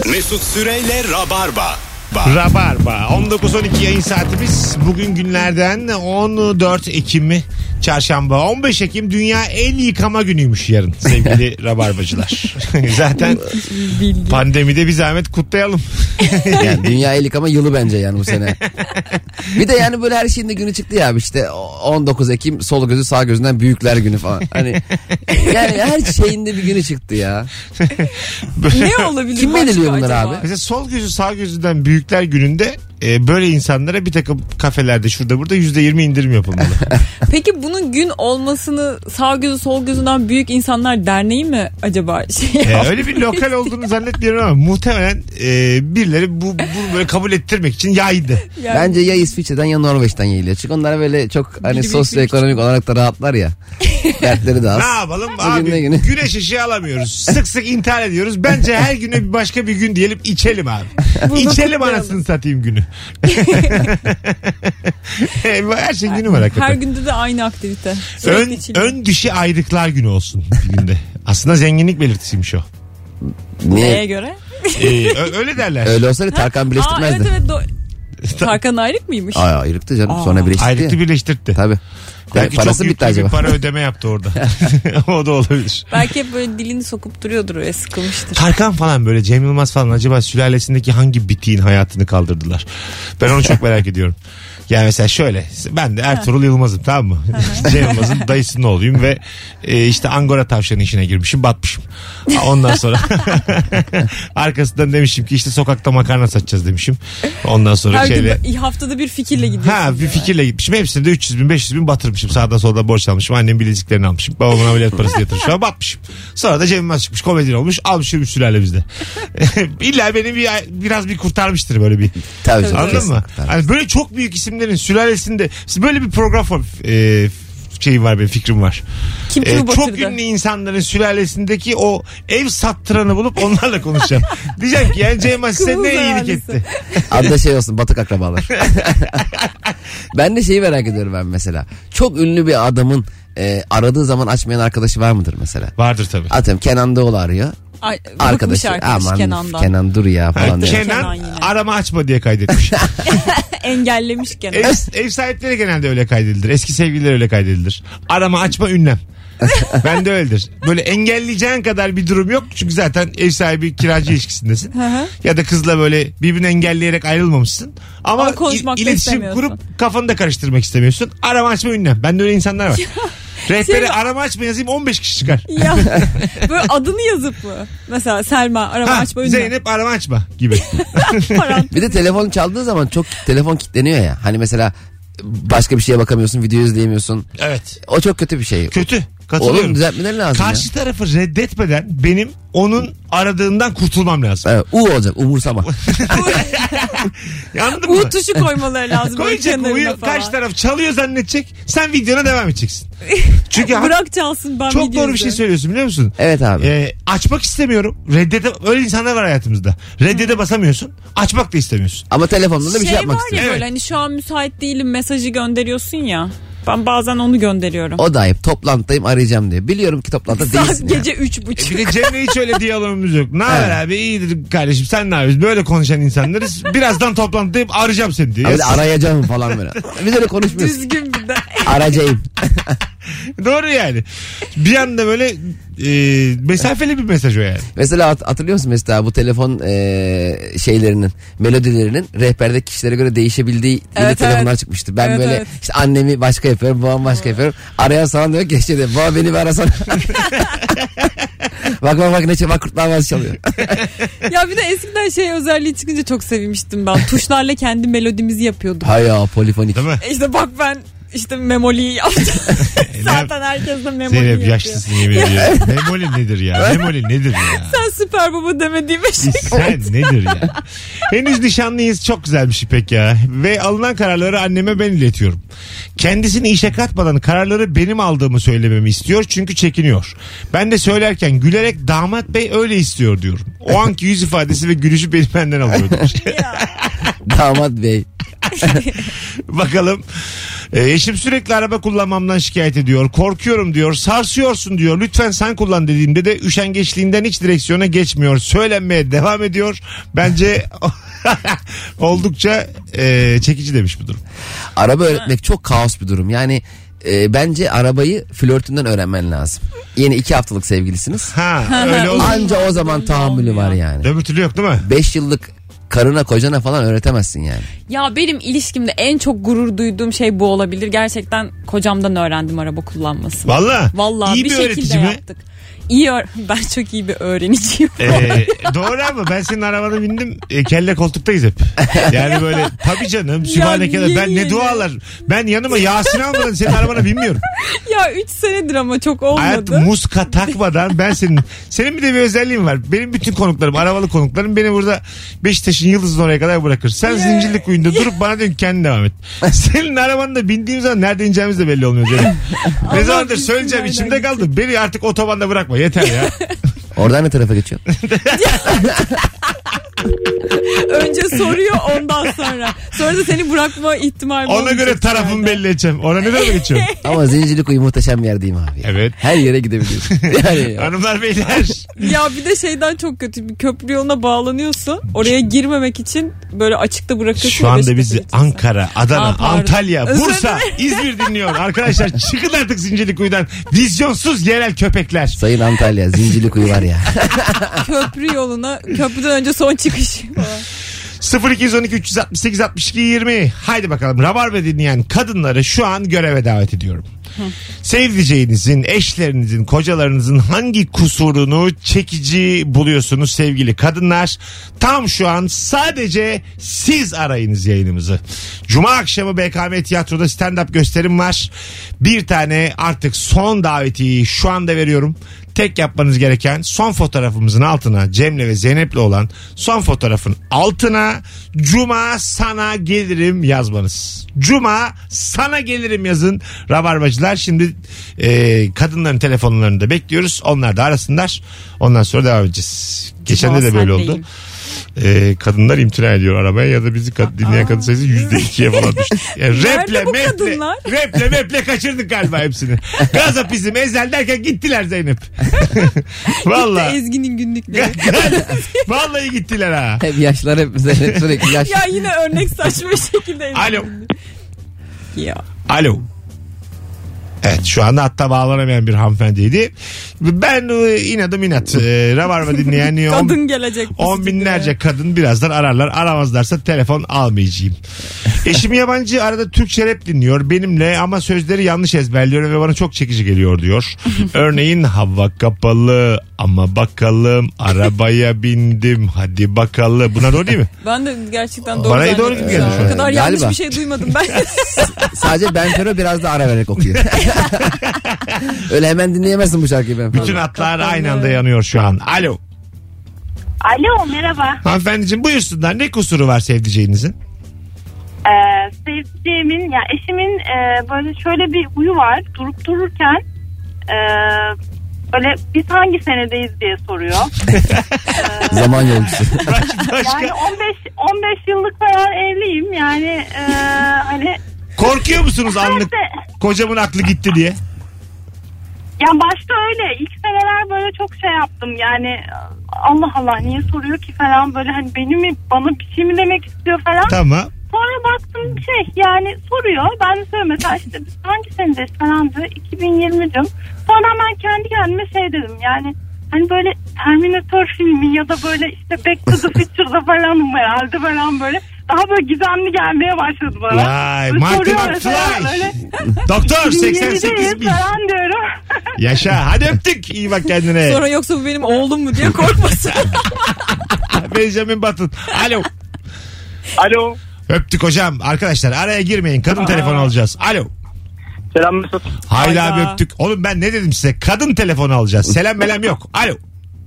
Mesut Süreyle Rabarba. Rabarba 19.12 yayın saatimiz. Bugün günlerden 14 Ekim'i Çarşamba. 15 Ekim Dünya El Yıkama Günü'ymüş yarın sevgili Rabarbacılar. Zaten pandemide bir zahmet kutlayalım. Yani Dünya El Yıkama yılı bence yani bu sene. Bir de yani böyle her şeyin de günü çıktı ya işte 19 Ekim sol gözü sağ gözünden büyükler günü falan. Hani yani her şeyin de bir günü çıktı ya. Ne olabilir? Kim belirliyor bunları acaba? abi? Mesela sol gözü sağ gözünden büyükler gününde böyle insanlara bir takım kafelerde şurada burada %20 indirim yapılmalı. Peki bunun gün olmasını sağ gözü sol gözünden büyük insanlar derneği mi acaba Öyle bir lokal olduğunu zannetmiyorum ama muhtemelen birileri bunu böyle kabul ettirmek için yaydı. Yani, Bence ya İsviçre'den ya Norveç'ten yayılıyor. Çünkü onlar böyle çok hani Biri sosyoekonomik olarak da rahatlar ya. Dertleri de az. Ne yapalım Bugün abi? ne günü? Güneş ışığı alamıyoruz. Sık sık intihar ediyoruz. Bence her güne başka bir gün diyelim, içelim abi. İçelim kutlayalım. anasını satayım günü. Her şeyin günü var hakikaten. her günde de aynı aktivite. Sürekli içiliyor. Ön dişi ayrıklar günü olsun bir günde. Aslında zenginlik belirtisiymiş o. Neye göre? Öyle derler. Öyle olsaydı Tarkan birleştirmezdi. Evet. Tarkan ayrık mıymış? Ayrıktı canım. Sonra birleştirdi. Ayrıktı birleştirdi. Tabii. Belki Parası çok bitti yüklü bir acaba. para ödeme yaptı orada. O da olabilir. Belki hep böyle dilini sokup duruyordur öyle sıkılmıştır. Tarkan falan böyle Cem Yılmaz falan acaba sülalesindeki hangi bitiğin hayatını kaldırdılar? Ben onu çok merak ediyorum. Yani mesela şöyle, ben de Ertuğrul Yılmaz'ım, tamam mı? Cem Yılmaz'ın dayısının oğluyum ve işte Angora tavşanı işine girmişim, batmışım. Ondan sonra arkasından demişim ki işte sokakta makarna satacağız demişim. Ondan sonra Her şeyle... gün haftada bir fikirle gidiyorsun. Ha, bir fikirle gitmişim. Hepsinde 300 bin 500 bin batırmışım. Sağda solda borç almışım. Annemin bileziklerini almışım. Babamın ameliyat parası yatırmışım. Ama batmışım. Sonra da Cem Yılmaz çıkmış. Komedyen olmuş. Almış yürümüş sülalemizde. İlla beni biraz bir kurtarmıştır böyle bir. Tabii canım. Anladın Kesin. mı? Tabii. Hani böyle çok büyük isimlerin sülalesinde böyle bir program şeyim var, benim fikrim var. Kim kimi batırdı? Çok ünlü insanların sülalesindeki o ev sattıranı bulup onlarla konuşacağım. Diyeceğim ki yani Cem Yılmaz size Kıvıl ne iyilik hayalisi. etti? Adı da şey olsun, batık akrabalar. Ben de şeyi merak ediyorum ben mesela. Çok ünlü bir adamın aradığı zaman açmayan arkadaşı var mıdır mesela? Vardır tabii. Atıyorum Kenan Doğulu arıyor. Arkadaşı Aman Kenan'dan. Kenan dur ya falan diyor. Kenan Kenan yine. arama açma diye kaydetmiş. Engellemiş Kenan. Ev sahipleri genelde öyle kaydedilir. Eski sevgililer öyle kaydedilir. Arama açma ünlem. Ben de öyledir. Böyle engelleyeceğin kadar bir durum yok. Çünkü zaten ev sahibi kiracı ilişkisindesin. Ya da kızla böyle birbirini engelleyerek ayrılmamışsın. Ama konuşmak da iletişim istemiyorsun. kurup kafanı da karıştırmak istemiyorsun. Arama açma ünlem. Bende öyle insanlar var. Rehbere arama açma yazayım 15 kişi çıkar. Ya böyle adını yazıp mı? Mesela Selma arama açma ünlem. Zeynep arama açma gibi. Bir de telefon çaldığı zaman çok telefon kilitleniyor ya. Hani mesela başka bir şeye bakamıyorsun, video izleyemiyorsun. Evet. O çok kötü bir şey. Kötü. Katılıyorum. Oğlum düzeltmeleri lazım Karşı tarafı reddetmeden benim onun aradığından kurtulmam lazım. ya. Evet, olacak, umursama. Anladın mı? U tuşu koymaları lazım. böyle Koyacak kenarına uyu, falan. karşı taraf çalıyor zannedecek. Sen videona devam edeceksin. Çünkü Bırak çalsın ben çok video doğru bir şey izlerim. söylüyorsun, biliyor musun? Evet abi. Açmak istemiyorum. Öyle insanlar var hayatımızda. Reddede basamıyorsun. Açmak da istemiyorsun. Ama telefonla da bir şey yapmak var ya istiyor. Evet. böyle hani şu an müsait değilim mesajı gönderiyorsun ya. Ben bazen onu gönderiyorum. O da ayıp. Toplantıdayım, arayacağım diye. Biliyorum ki toplantıda Saat değilsin ya. gece 3.30. Bir de Cem'le hiç öyle diyalogumuz yok. Ne haber abi? İyidir kardeşim, sen ne yapıyorsun? Böyle konuşan insanlarız. Birazdan toplantıdayım, arayacağım seni diye. Abi de arayacağım falan böyle. Biz öyle konuşmuyoruz. Düzgün bir de. Arayacağım. Doğru yani. Bir anda böyle mesafeli bir mesaj o yani. Mesela hatırlıyor musun mesela bu telefon şeylerinin, melodilerinin rehberdeki kişilere göre değişebildiği yeni Evet, telefonlar evet. çıkmıştı. Ben Evet, böyle evet. işte annemi başka yapıyorum, babamı başka yapıyorum. Arayan sana diyor ki işte de, baba beni bir arasana. bak ne bak Kurtlar Vadisi çalıyor. Ya bir de eskiden şey özelliği çıkınca çok sevinmiştim ben. Tuşlarla kendi melodimizi yapıyorduk. Hay ya, polifonik. Değil mi? İşte bak ben işte memoliyi yaptım. Zaten herkes de memoli Zeynep yapıyor. yaşlısın yemin ediyorum. Memoli nedir ya? Memoli nedir ya? Sen süper baba demediğime şey. Sen nedir ya? Henüz nişanlıyız, çok güzel bir şey pek ya. Ve alınan kararları anneme ben iletiyorum. Kendisini işe katmadan kararları benim aldığımı söylememi istiyor çünkü çekiniyor. Ben de söylerken gülerek damat bey öyle istiyor diyorum. O anki yüz ifadesi ve gülüşü beni benden alıyor demiş. Damat bey. Bakalım Eşim sürekli araba kullanmamdan şikayet ediyor. Korkuyorum diyor. Sarsıyorsun diyor. Lütfen sen kullan dediğimde de üşengeçliğinden hiç direksiyona geçmiyor. Söylenmeye devam ediyor. Bence oldukça çekici demiş bu durum. Araba öğretmek çok kaos bir durum. Yani bence arabayı flörtünden öğrenmen lazım. Yeni 2 haftalık sevgilisiniz. Öyle olur. Anca o zaman tahammülü var yani. Öbür türlü yok değil mi? 5 yıllık karına kocana falan öğretemezsin yani. Ya benim ilişkimde en çok gurur duyduğum şey bu olabilir. Gerçekten kocamdan öğrendim araba kullanmasını. Vallahi bir bir şekilde öğretici mi? yaptık. Ben çok iyi bir öğreniciyim. Doğru ama ben senin arabana bindim, kelle koltuktayız hep. Yani böyle tabii canım Sübhaneke'de ben ne yeni. dualar. Ben yanıma Yasin almadan senin arabana binmiyorum. Ya 3 senedir ama çok olmadı. Hayatım muska takmadan ben senin bir de bir özelliğin var. Benim bütün konuklarım, arabalı konuklarım beni burada Beşiktaş'ın Yıldız'ın oraya kadar bırakır. Sen Zincirlikuyu'nda durup bana diyorsun kendin devam et. Senin arabanda bindiğim zaman nerede ineceğimiz de belli olmuyor canım. Ne zamandır söyleyeceğim içimde kaldı. Beni artık otobanda bırakma yeter ya. Oradan ne tarafa geçiyor? Önce soruyor ondan sonra. Sonra da seni bırakma ihtimali Ona göre tarafımı belli edeceğim. Ona ne tarafa geçiyorum? Ama Zincirlikuyu muhteşem bir yer değil mi abi? Evet. Her yere gidebiliyorsun. Yani Hanımlar beyler. Ya bir de şeyden çok kötü. Bir köprü yoluna bağlanıyorsun. Oraya girmemek için böyle açıkta bırakıyorsun. Şu anda bizi Ankara, Adana, pardon. Antalya, Özür Bursa, İzmir dinliyor. Arkadaşlar çıkın artık Zincirlikuyu'dan. Vizyonsuz yerel köpekler. Sayın Antalya, Zincirlikuyu var ya. köprü yoluna, köprüden önce son çıkış falan. 0212 368 62 20. Haydi bakalım. Rabarba dinleyen kadınları şu an göreve davet ediyorum. Sevdiceğinizin, eşlerinizin, kocalarınızın hangi kusurunu çekici buluyorsunuz sevgili kadınlar? Tam şu an sadece siz arayınız yayınımızı. Cuma akşamı BKM Tiyatro'da stand-up gösterim var. Bir tane artık son davetiyi şu anda veriyorum. Tek yapmanız gereken son fotoğrafımızın altına Cem'le ve Zeynep'le olan son fotoğrafın altına Cuma sana gelirim yazmanız. Cuma sana gelirim yazın Rabarbacılar. Şimdi kadınların telefonlarını da bekliyoruz. Onlar da arasınlar. Ondan sonra devam edeceğiz. Geçen de böyle oldu. Kadınlar imtina ediyor arabaya ya da bizi dinleyen kadın sayısı %2'ye falan düştü. Yani reple kaçırdık galiba hepsini. Gazapizm ezel derken gittiler Zeynep. Vallahi. Ezgi'nin günlükleri. Vallahi gittiler ha. Hep yaşlar hep sürekli yaş. Ya yine örnek saçma şekilde. Alo. Ya. Alo. Evet şu anda hatta bağlanamayan bir hanımefendiydi. Ben inadım inat. Rabarba dinleyen kadın gelecek. 10 binlerce kadın birazdan ararlar. Aramazlarsa telefon almayacağım. Eşim yabancı arada Türkçe rap dinliyor benimle ama sözleri yanlış ezberliyor ve bana çok çekici geliyor diyor. Örneğin hava kapalı ama bakalım arabaya bindim hadi bakalım. Buna doğru değil mi? Ben de gerçekten doğru. Bana doğru gibi geldi şu an. O kadar yanlış Galiba. bir şey duymadım ben. Sadece Benfero biraz da ara vererek okuyor. Öyle hemen dinleyemezsin bu şarkıyı ben. Bütün hatlar aynı anda yanıyor şu an. Alo. Alo merhaba. Hanımefendiciğim buyursunlar. Ne kusuru var sevdiceğinizin? Sevdiceğimin ya eşimin böyle şöyle bir huyu var. Durup dururken böyle biz hangi senedeyiz diye soruyor. Zaman yolcusu. Başka? Yani 15 yıllık falan evliyim. Yani hani Korkuyor musunuz anlık kocamın aklı gitti diye? ya başta öyle. İlk seneler böyle çok şey yaptım. Yani Allah Allah niye soruyor ki falan böyle hani bana bir şey mi demek istiyor falan. Tamam. Sonra baktım yani soruyor. Ben de söylüyorum mesela işte biz hangi senedeyiz falan diyor. 2020 diyorum. Sonra ben kendi kendime dedim yani hani böyle Terminator filmi ya da böyle işte Back to the Future'da falanım herhalde falan böyle. Daha böyle gizemli gelmeye başladı bana. Vay Böyle Marty soruyor McFly. mesela böyle. Doktor 88 2020'deyiz bin. falan diyorum. Yaşa hadi öptük. İyi bak kendine. Sonra yoksa bu benim oğlum mu diye korkmasın. Benjamin Button. Alo. Alo. Öptük hocam. Arkadaşlar araya girmeyin. Kadın telefonu alacağız. Alo. Selam Mesut. Haydi Hayda. abi öptük. Oğlum ben ne dedim size? Kadın telefonu alacağız. Selam melam yok. Alo.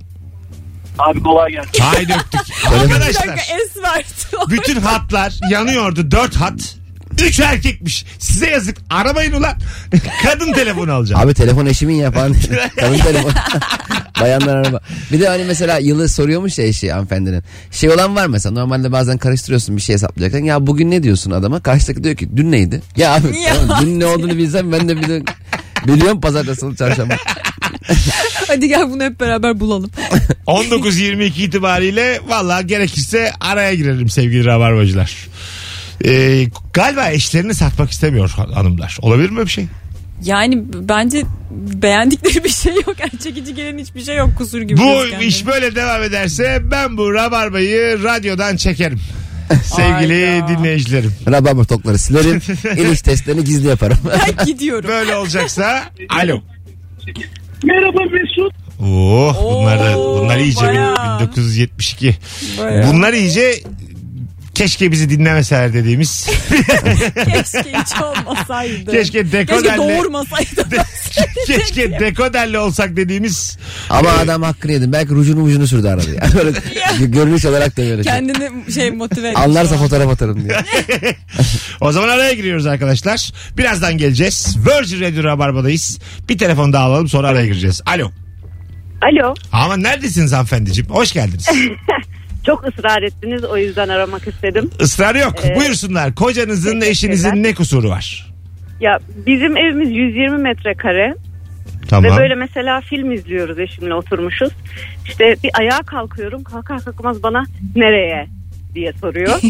Abi kolay gelsin. Haydi öptük. Bir Arkadaşlar dakika es verdi. bütün hatlar yanıyordu. 4 hat. 3 erkekmiş. Size yazık. Aramayın ulan. Kadın telefonu alacağım. Abi telefon eşimin ya falan. Kadın telefon. Bayanlar araba. Bir de hani mesela yılı soruyormuş ya eşi hanımefendinin. Şey olan var mesela, normalde bazen karıştırıyorsun bir şey hesaplayacakken. Ya bugün ne diyorsun adama? Karşıdaki diyor ki dün neydi? Ya abi tamam, dün ne olduğunu bilsem ben de biliyorum pazartesi, salı, çarşamba. Hadi gel bunu hep beraber bulalım. 19.22 itibariyle valla gerekirse araya girelim sevgili rabarbacılar. Galiba eşlerini satmak istemiyor hanımlar. Olabilir mi böyle bir şey? Yani bence beğendikleri bir şey yok. Yani çekici gelen hiçbir şey yok, kusur gibi. Bu iş böyle devam ederse ben bu rabarbayı radyodan çekerim. Sevgili dinleyicilerim. Rabarba tokları silerim. İliş testlerini gizli yaparım. Ben gidiyorum. Böyle olacaksa alo. Merhaba Mesut. Bunlar iyice bayağı. 1972. Bayağı. Bunlar iyice keşke bizi dinlemeseler dediğimiz. Keşke hiç olmasaydı. Keşke dekoderle. Keşke doğurmasaydı. Keşke dekoderle olsak dediğimiz. Ama adam hakkını yedin. Belki rucunu sürdü arada. Yani. Böyle görünüş olarak da böyle. Kendini motive etmiş. Anlarsa fotoğraf atarım diye. O zaman araya giriyoruz arkadaşlar. Birazdan geleceğiz. Virgin Radio Rabarba'dayız. Bir telefon daha alalım, sonra araya gireceğiz. Alo. Alo. Ama neredesiniz hanımefendiciğim? Hoş geldiniz. Çok ısrar ettiniz, o yüzden aramak istedim. Israr yok. Buyursunlar. Kocanızın, eşinizin ne kusuru var? Ya bizim evimiz 120 metrekare. Tamam. Ve böyle mesela film izliyoruz, eşimle oturmuşuz. İşte bir ayağa kalkıyorum, kalkar kalkmaz bana nereye diye soruyor.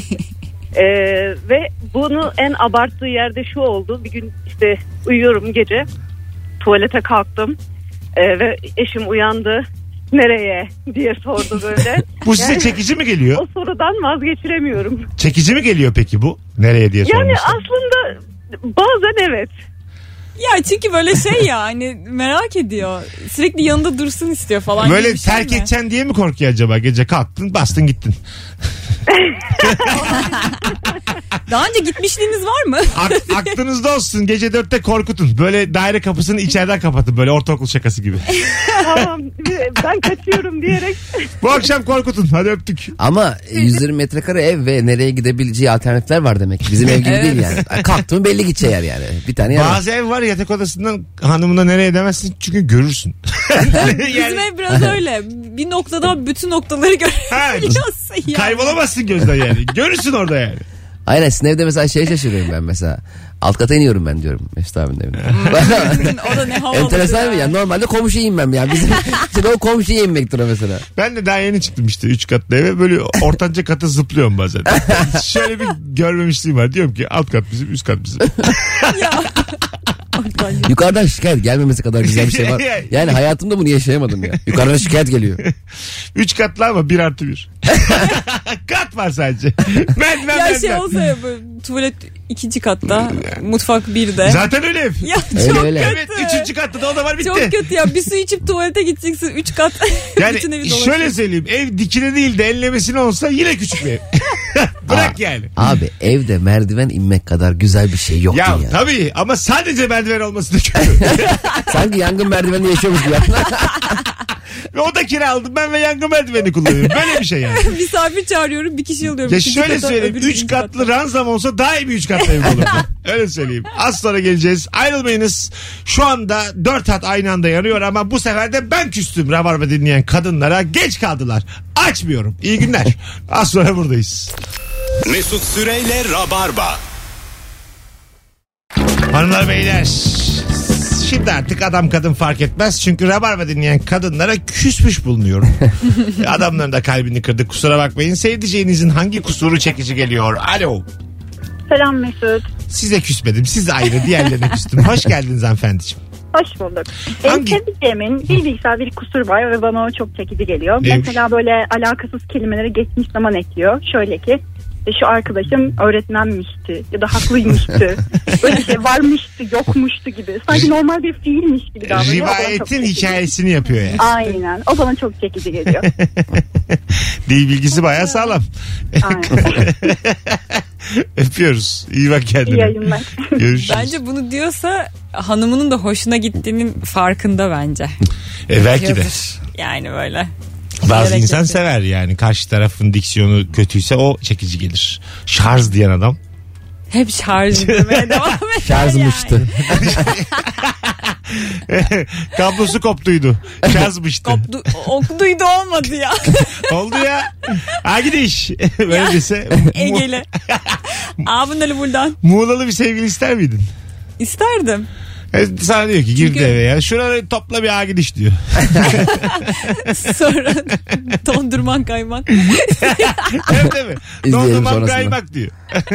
Ve bunu en abarttığı yerde şu oldu. Bir gün işte uyuyorum gece, tuvalete kalktım ve eşim uyandı. Nereye diye sordu böyle. Bu size çekici mi geliyor? O sorudan vazgeçiremiyorum. Çekici mi geliyor peki bu? Nereye diye sorması? Yani aslında bazen evet. Ya çünkü böyle şey ya, hani merak ediyor. Sürekli yanında dursun istiyor falan. Böyle gibi bir şey terk mi? edeceksin diye mi korkuyor acaba? Gece kalktın, bastın gittin. Daha önce gitmişliğiniz var mı? Aklınızda olsun, gece 4'te korkutun. Böyle daire kapısını içeriden kapatın. Böyle ortaokul şakası gibi. Tamam, ben kaçıyorum diyerek. Bu akşam korkutun. Hadi öptük. Ama 120 metrekare ev ve nereye gidebileceği alternatifler var demek. Bizim ev gibi Evet. değil yani. Kalktığın belli gideceği yer yani. Bir tane yer var. Bazı ev var, yatak odasından hanımına nereye demezsin çünkü görürsün. Bizim ev biraz öyle. Bir noktadan bütün noktaları görebiliyorsun yani. Kaybolamazsın gözden yani. Görürsün orada yani. Aynen, sizin evde mesela şaşırıyorum ben mesela. Alt kata iniyorum ben diyorum Mesut abinin evine. O da ne havalı. Enteresan mı ya? Normalde komşuya inmem ya. Bizim şimdi o komşuya inmektir o mesela. Ben de daha yeni çıktım işte 3 katlı eve, böyle ortanca kata zıplıyorum bazen. Şöyle bir görmemişliğim var. Diyorum ki alt kat bizim, üst kat bizim. Yukarıdan şikayet gelmemesi kadar güzel bir şey var. Yani hayatımda bunu yaşayamadım ya. Yukarıdan şikayet geliyor. 3 katlı ama 1+1. Kat var sadece. Merdiven Ya merdiven. şey olsa ya, böyle tuvalet 2. katta, mutfak 1'de. Zaten öyle ev. Ya Öyle, çok öyle. Evet, 3. katta da o da var, bitti. Çok kötü ya. Bir su içip tuvalete gideceksin 3 kat. Yani Bütün evi şöyle dolaşıyorsun. söyleyeyim, ev dikine değil de enlemesine olsa yine küçük bir ev. Bırak yani. Abi evde merdiven inmek kadar güzel bir şey yok Ya ya. tabii, ama sadece merdiven olması da kötü. Sanki yangın merdiveninde yaşıyormuş gibi. Ve o da kira aldım ben ve yangın merdiveni kullanıyorum. Böyle bir şey yani. Misafir çağırıyorum, bir kişi alıyorum. Ya İkinci şöyle kata, söyleyeyim, öbürü 3 birinci katlı katta. ranzam olsa daha iyi bir 3 katlı ev olur. Öyle söyleyeyim. Az sonra geleceğiz. Ayrılmayınız. Şu anda 4 hat aynı anda yanıyor ama bu sefer de ben küstüm Rabarba dinleyen kadınlara. Geç kaldılar. Açmıyorum. İyi günler. Az sonra buradayız. Mesut Süreyle Rabarba. Hanımlar beyler, şimdi artık adam kadın fark etmez. Çünkü Rabarba dinleyen kadınlara küsmüş bulunuyorum. Adamların da kalbini kırdık, kusura bakmayın. Sevdiceğinizin hangi kusuru çekici geliyor? Alo. Selam Mesut. Size küsmedim, siz ayrı, diğerlerine küstüm. Hoş geldiniz hanımefendiciğim. Hoş bulduk. Hangi- Benim sevdiceğimin bir bilgisayar bir kusur var ve bana o çok çekici geliyor. Neymiş? Mesela böyle alakasız kelimeleri geçmiş zaman ekliyor. Şöyle ki şu arkadaşım öğretmenmişti ya da haklıymıştı. Böyle şey varmıştı, yokmuştu gibi. Sanki normal bir fiilmiş gibi davranıyor. O bana çok Rivayetin çekici. hikayesini yapıyor yani. Aynen. O bana çok çekici geliyor. Dil bilgisi bayağı sağlam. Aynen. Öpüyoruz. İyi bak kendine. İyi yayınlar. Görüşürüz. Bence bunu diyorsa hanımının da hoşuna gittiğinin farkında bence. Belki de. Yapıyordur. Yani böyle. Bazı Gerek insan yok. sever yani. Karşı tarafın diksiyonu kötüyse o çekici gelir. Şarj diyen adam. Hep şarj etmeye devam eder Şarjmıştı. yani. Kablosu koptuydu. Yazmıştı. Okuduydu olmadı ya. Oldu ya. Ha gidiş. Böyle dese. Egeli. Abinali buradan. Muğlalı bir sevgili ister miydin? İsterdim. Sana diyor ki girdi Çünkü- eve ya. Şuraları topla bir gidiş diyor. Sonra dondurman kaymak. Evet değil mi? İzleyelim Dondurmam sonrasında. kaymak diyor.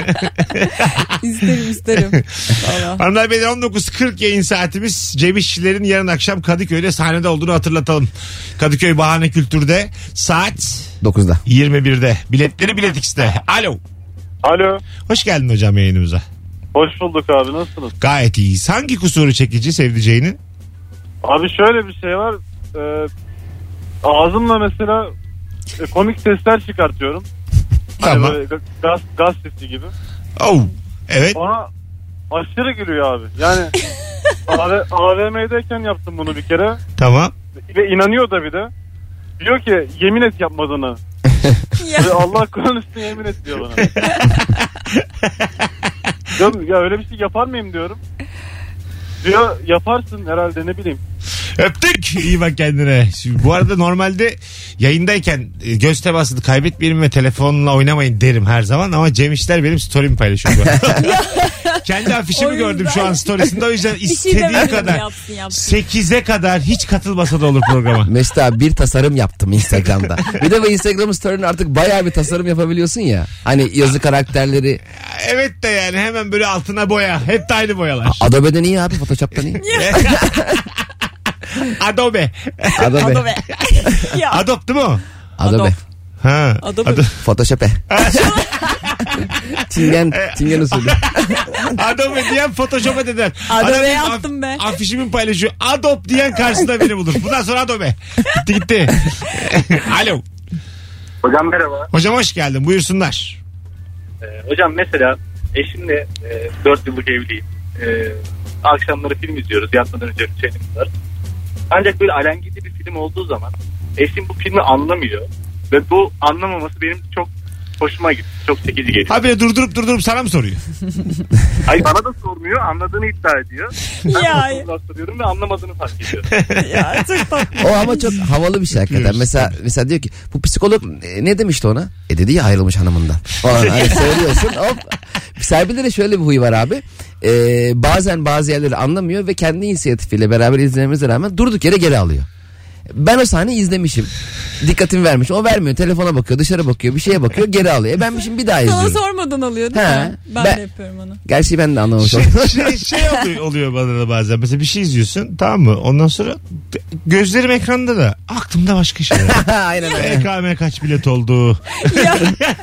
İsterim. Valla. Hanımlar beyler 19.40 yayın saatimiz. Cem İşçilerin yarın akşam Kadıköy'de sahnede olduğunu hatırlatalım. Kadıköy Bahane Kültür'de saat 9'da. 21'de. Biletleri Bilet X'te. Alo. Alo. Hoş geldin hocam yayınımıza. Hoş bulduk abi, nasılsınız? Gayet iyiyiz. Hangi kusuru çekici sevdiceğinin? Abi şöyle bir şey var. Ağzımla mesela komik sesler çıkartıyorum. Hani Tamam. böyle gaz sesi gibi. Oh. Evet. Ona aşırı gülüyor abi. Yani AVM'deyken yaptım bunu bir kere. Tamam. Ve inanıyor da bir de. Diyor ki yemin et yapmadığını. Ya. Ve Allah Kur'an üstüne yemin et diyor bana. Diyorum, ya öyle bir şey yapar mıyım diyorum. Diyor yaparsın herhalde, ne bileyim. Öptük. İyi bak kendine. Şimdi, bu arada normalde yayındayken göz temasını kaybetmeyelim ve telefonla oynamayın derim her zaman. Ama Cem İşler benim story'mi paylaşıyor. Kendi afişimi O yüzden- gördüm şu an storiesinde. O yüzden Bir şey istediği demedim, kadar yapsın. 8'e kadar hiç katılmasa da olur programa. Mesut abi bir tasarım yaptım Instagram'da. Bir de bu Instagram story'nin artık bayağı bir tasarım yapabiliyorsun ya. Hani yazı karakterleri. Evet de yani hemen böyle altına boya. Hep de aynı boyalar. Adobe'den iyi abi, Photoshop'tan iyi. Adobe. Adobe. Ya. Adobe değil mi o? Adobe. Ha. Adobe. Photoshop'e. Çingen usulü. Adobe diyen Photoshop'a dediler. Adobe Adam benim yaptım be. Afişimi paylaşıyor. Adobe diyen karşısında beni bulur. Bundan sonra Adobe. Gitti. Alo. Hocam merhaba. Hocam hoş geldin. Buyursunlar. Hocam mesela eşimle 4 yıllık evliyim. Akşamları film izliyoruz. Yatmadan önce ritüelimiz var. Ancak böyle alengili bir film olduğu zaman eşim bu filmi anlamıyor. Ve bu anlamaması benim çok hoşuma gitti. Çok çekici geliyor. Habire durdurup sana mı soruyor? Hayır, bana da sormuyor. Anladığını iddia ediyor. Ben Ya. de soruyorum ve anlamadığını fark ediyorum. Ya çok tatlı. O ama çok havalı bir şey hakikaten. Mesela diyor ki bu psikolog ne demişti ona? Dedi ya ayrılmış hanımından. Falan hani söylüyorsun hop. Serpil'de de şöyle bir huy var abi. Bazen bazı yerleri anlamıyor ve kendi inisiyatifiyle beraber izlememize rağmen durduk yere geri alıyor. Ben o sahneyi izlemişim. Dikkatimi vermiş. O vermiyor. Telefona bakıyor, dışarı bakıyor, bir şeye bakıyor, geri alıyor. Ben şimdi bir daha Sana izliyorum. sormadan alıyor değil He. mi? Ben Ben- de yapıyorum onu. Gerçi ben de anlamamışım. Şey oluyor bana da bazen. Mesela bir şey izliyorsun, tamam mı? Ondan sonra gözlerim ekranda da aklımda başka şeyler. Aynen öyle. EKM kaç bilet oldu? Ya,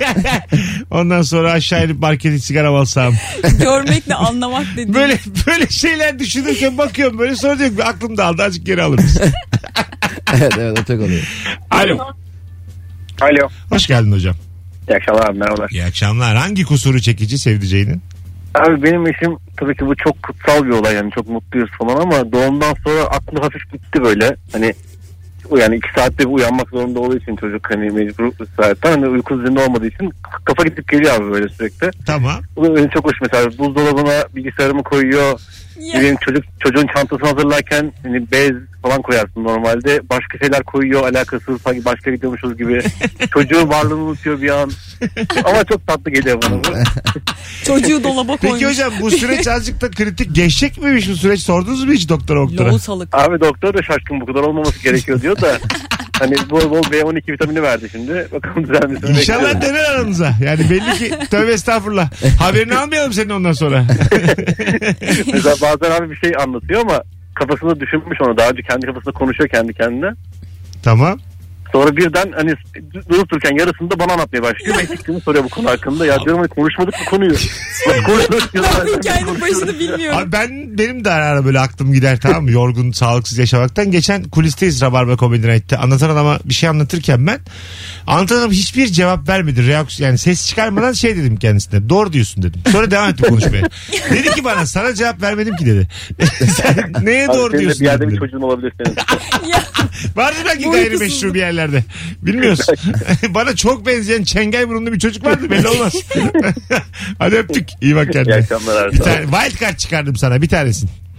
Ondan sonra aşağı inip markete sigara alsam. görmekle anlamak dediğim. Böyle şeyler düşünürken bakıyorum böyle, sonra diyorum ki aklım dağıldı, azıcık geri alır mısın? evet o çok oluyor. Alo. Alo. Hoş geldin hocam. İyi akşamlar abi, merhabalar. İyi akşamlar. Hangi kusuru çekici sevdiceğinin? Abi benim eşim, tabii ki bu çok kutsal bir olay, yani çok mutluyuz falan, ama doğumdan sonra aklı hafif gitti böyle. Hani yani 2 saatte bir uyanmak zorunda olduğu için çocuk, hani mecbur zaten, hani uyku düzeninde olmadığı için kafa gidip geliyor abi böyle sürekli. Tamam. Bu da benim çok hoş. Mesela buzdolabına bilgisayarımı koyuyor. Ya. Benim çocuğun çantasını hazırlarken hani bez falan koyarsın normalde. Başka şeyler koyuyor, alakasız, sanki başka gidiyormuşuz gibi. Çocuğun varlığını unutuyor bir an. Ama çok tatlı geliyor bana bu. Çocuğu dolaba koymuş. Peki hocam bu süreç azıcık da kritik. Geçecek miymiş bu süreç? Sordunuz mu hiç doktora? Loğusalık. Abi doktor da şaşkın, bu kadar olmaması gerekiyor diyor da. Hani bol bol B12 vitamini verdi şimdi. Bakalım düzelmesini İnşallah bekliyorum. döner aranıza. Yani belli ki tövbe estağfurullah. Haberini almayalım senin ondan sonra. Mesela bazen abi bir şey anlatıyor ama kafasında düşünmüş onu. Daha önce kendi kafasında konuşuyor kendi kendine. Tamam. Sonra birden hani durup dururken yarısında bana anlatmaya başlıyor. Ben fikrini soruyor bu konu hakkında. Ya diyorum, hani konuşmadık mı konuyu? Nasıl konuşmadık diyorum. Hikayenin başını bilmiyorum. Abi benim de ara ara böyle aklım gider, tamam mı? Yorgun, sağlıksız yaşamaktan. Geçen kulisteyiz Rabarba Comedy Night'te. Anlatan adama bir şey anlatırken ben, anlatan adam hiçbir cevap vermedi. Reaksiyon, yani ses çıkarmadan şey dedim kendisine. Doğru diyorsun dedim. Sonra devam ettim konuşmaya. Dedi ki bana, sana cevap vermedim ki dedi. Sen neye Abi doğru senin de diyorsun bir yerde dedim. bir çocuğun olabilir senin. Ya. Vardı belki Bu gayrimeşru uykusuzluk. bir yerlerde. Bilmiyoruz. Bana çok benzeyen çengel burunlu bir çocuk vardı, belli olmaz. Hadi öptük. İyi bak İyi kendine. akşamlar Bir abi. tane wild card çıkardım sana, bir tanesin.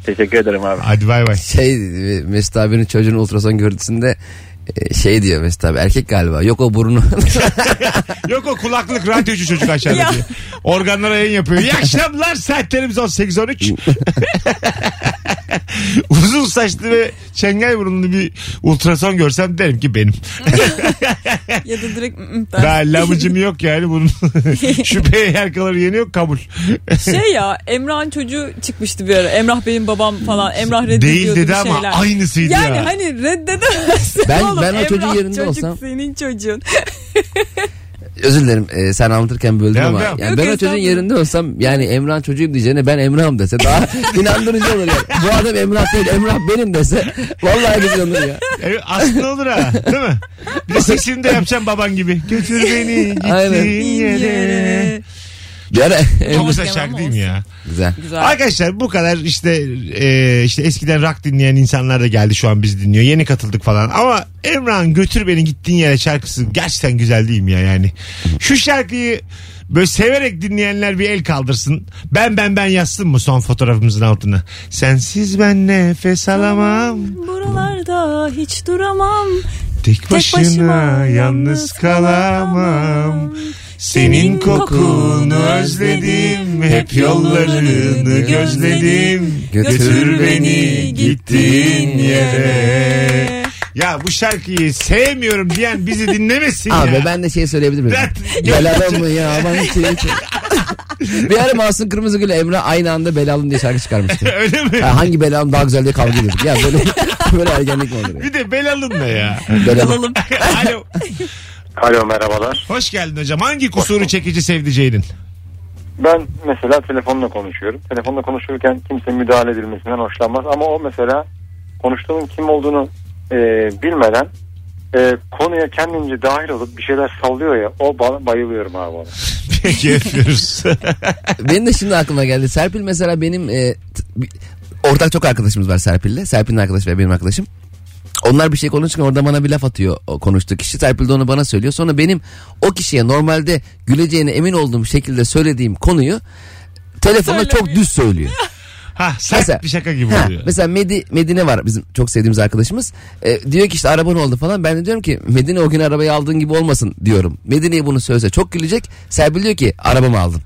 Teşekkür ederim abi. Hadi bay bay. Mesut abinin çocuğun ultrason görüntüsünde diyor Mesut abi, erkek galiba. Yok o burnu. Yok o kulaklık radyocu çocuk aşağıdaki. Organlara yayın yapıyor. İyi akşamlar, saatlerimiz 18-13. Uzun saçlı ve çengel burunlu bir ultrason görsem derim ki benim. Ya da direkt daha lamıcım yok yani bunun. Şüpheye yer kalır yeni yok, kabul. Emrah'ın çocuğu çıkmıştı bir ara. Emrah benim babam falan. Emrah reddediyordu değil dedi bir ama şeyler. aynısıydı yani ya. hani reddedemezsin. Ben oğlum, o çocuğun Emrah yerinde çocuk olsam. Senin çocuğun. Özür dilerim sen anlatırken böldüm ama. Devam. Yani ben o çocuğun yerinde olsam, yani Emrah'ın çocuğum diyeceğine ben Emrah'ım dese daha inandırıcı olur yani. Bu adam Emrah değil, Emrah benim dese vallahi güzel olur ya. Evet, aslında olur ha, değil mi? Bir de sesini de yapacağım baban gibi. Götür beni Aynen. gittiğin yere. Bir ara Çok güzel Devam şarkı değil mi olsun. ya? güzel. Güzel. Arkadaşlar bu kadar işte eskiden rock dinleyen insanlar da geldi, şu an biz dinliyor. Yeni katıldık falan. Ama Emrah'ın Götür Beni Gittiğin Yere şarkısı gerçekten güzel değil mi ya yani? Şu şarkıyı böyle severek dinleyenler bir el kaldırsın. Ben yazsın mı son fotoğrafımızın altına? Sensiz ben nefes alamam. Buralarda hiç duramam. Tek başına yalnız kalamam. Senin kokunu özledim, hep yollarını gözledim. Götür beni gittiğin yere. Ya bu şarkıyı sevmiyorum diyen bizi dinlemesin Abi ya. ben de söyleyebilir miyim? Belalı mı ya? Bir ara Masum Kırmızıgül Emrah aynı anda Belalım diye şarkı çıkarmıştı. Öyle mi? Hangi belalım daha güzel diye kavga ediyorduk. Ya böyle ergenlik mi olur ya? Bir de Belalım ne ya? Belalım. Alo. Alo, merhabalar. Hoş geldin hocam. Hangi kusuru çekici sevdiceğinin? Ben mesela telefonla konuşuyorum. Telefonla konuşurken kimse müdahale edilmesinden hoşlanmaz. Ama o mesela konuştuğunun kim olduğunu bilmeden konuya kendince dahil olup bir şeyler sallıyor ya. O bayılıyorum abi ona. Peki yapıyoruz. Benim de şimdi aklıma geldi. Serpil mesela benim ortak çok arkadaşımız var Serpil'le. Serpil'in arkadaşı ve benim arkadaşım. Onlar bir şey konuşurken orada bana bir laf atıyor o konuştuğu kişi. Serpil de onu bana söylüyor. Sonra benim o kişiye normalde güleceğine emin olduğum şekilde söylediğim konuyu telefonda çok düz söylüyor. Sert mesela, bir şaka gibi oluyor. Mesela Medine var bizim çok sevdiğimiz arkadaşımız. Diyor ki işte araban oldu falan. Ben de diyorum ki Medine o gün arabayı aldığın gibi olmasın diyorum. Medine'ye bunu söylese çok gülecek. Serpil diyor ki arabamı aldın.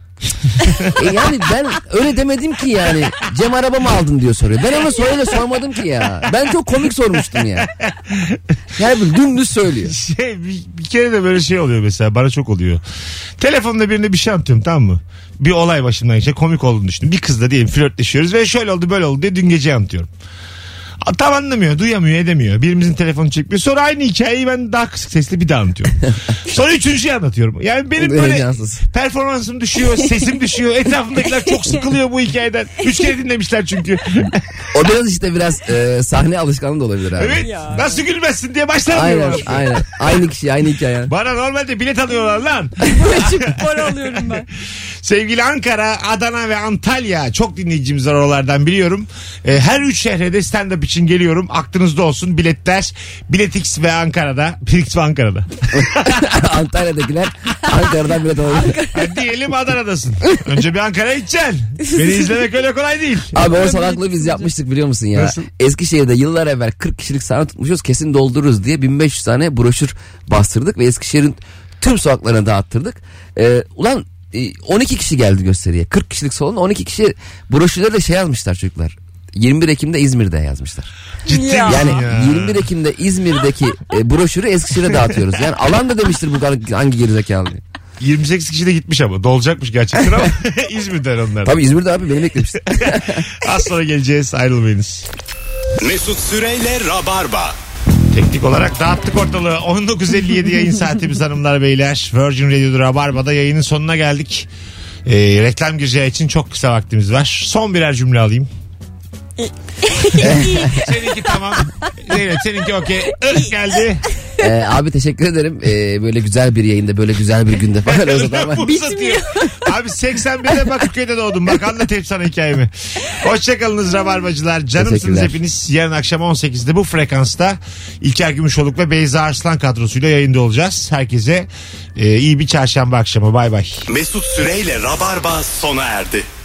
Yani ben öyle demedim ki yani. Cem arabamı aldın diyor soruyor. Ben ona öyle sormadım ki ya. Ben çok komik sormuştum ya. Yani böyle dümdüz söylüyor. Bir kere de böyle şey oluyor mesela, bana çok oluyor. Telefonda birine bir şey anlatıyorum, tamam mı? Bir olay başımdan geçecek, komik olduğunu düşündüm. Bir kızla diyelim flörtleşiyoruz ve şöyle oldu böyle oldu diye dün gece anlatıyorum. Tam anlamıyor, duyamıyor, edemiyor. Birimizin telefonu çekmiyor. Sonra aynı hikayeyi ben daha kısık sesle bir daha anlatıyorum. Sonra üçüncüyü anlatıyorum. Yani benim böyle performansım düşüyor, sesim düşüyor. Etrafımdakiler çok sıkılıyor bu hikayeden. 3 kere dinlemişler çünkü. O biraz sahne alışkanlığı da olabilir abi. Evet. Ya. Nasıl gülmezsin diye başlamıyor. Aynen. Aynı kişi, aynı hikaye. Bana normalde bilet alıyorlar lan. Çıkıp para alıyorum ben. Sevgili Ankara, Adana ve Antalya, çok dinleyicimiz var oralardan biliyorum. Her 3 şehre de stand-up için geliyorum. Aklınızda olsun, biletler Biletix ve Ankara'da. Biletix ve Ankara'da. Antalya'dakiler Ankara'dan bilet alabilir. Diyelim Adana'dasın. Önce bir Ankara'ya gideceksin. Beni izlemek öyle kolay değil. Abi o salaklığı biz yapmıştık biliyor musun ya? Nasıl? Eskişehir'de yıllar evvel 40 kişilik sahne tutmuşuz, kesin doldururuz diye 1500 tane broşür bastırdık ve Eskişehir'in tüm sokaklarına dağıttırdık. Ulan 12 kişi geldi gösteriye. 40 kişilik salon, 12 kişi broşürlere de şey yazmışlar çocuklar. 21 Ekim'de İzmir'de yazmışlar. Ciddi Yani ya. 21 Ekim'de İzmir'deki broşürü Eskişehir'e dağıtıyoruz. Yani alan da demiştir bu hangi gerizekalı diye. 28 kişi de gitmiş ama. Dolacakmış gerçekten ama İzmir'den onlar. Tabii İzmir'de abi, beni beklemişti. Az sonra geleceğiz, ayrılmayınız. Mesut Süreyle Rabarba. Teknik olarak dağıttık ortalığı. 19.57 yayın saatimiz hanımlar beyler. Virgin Radio'da Rabarba'da yayının sonuna geldik. Reklam gireceği için çok kısa vaktimiz var. Son birer cümle alayım. Seninki tamam. Zeynep seninki okey. Geldi. Abi teşekkür ederim. Böyle güzel bir yayında, böyle güzel bir günde falan. Bitmiyor. Abi 81'de Bakırköy'de doğdum. Bak anlatayım sana hikayemi. Hoşçakalınız Rabarbacılar. Canımsınız hepiniz. Yarın akşam 18'de bu frekansta İlker Gümüşoluk ve Beyza Arslan kadrosuyla yayında olacağız. Herkese iyi bir çarşamba akşamı. Bay bay. Mesut Süreyle Rabarba sona erdi.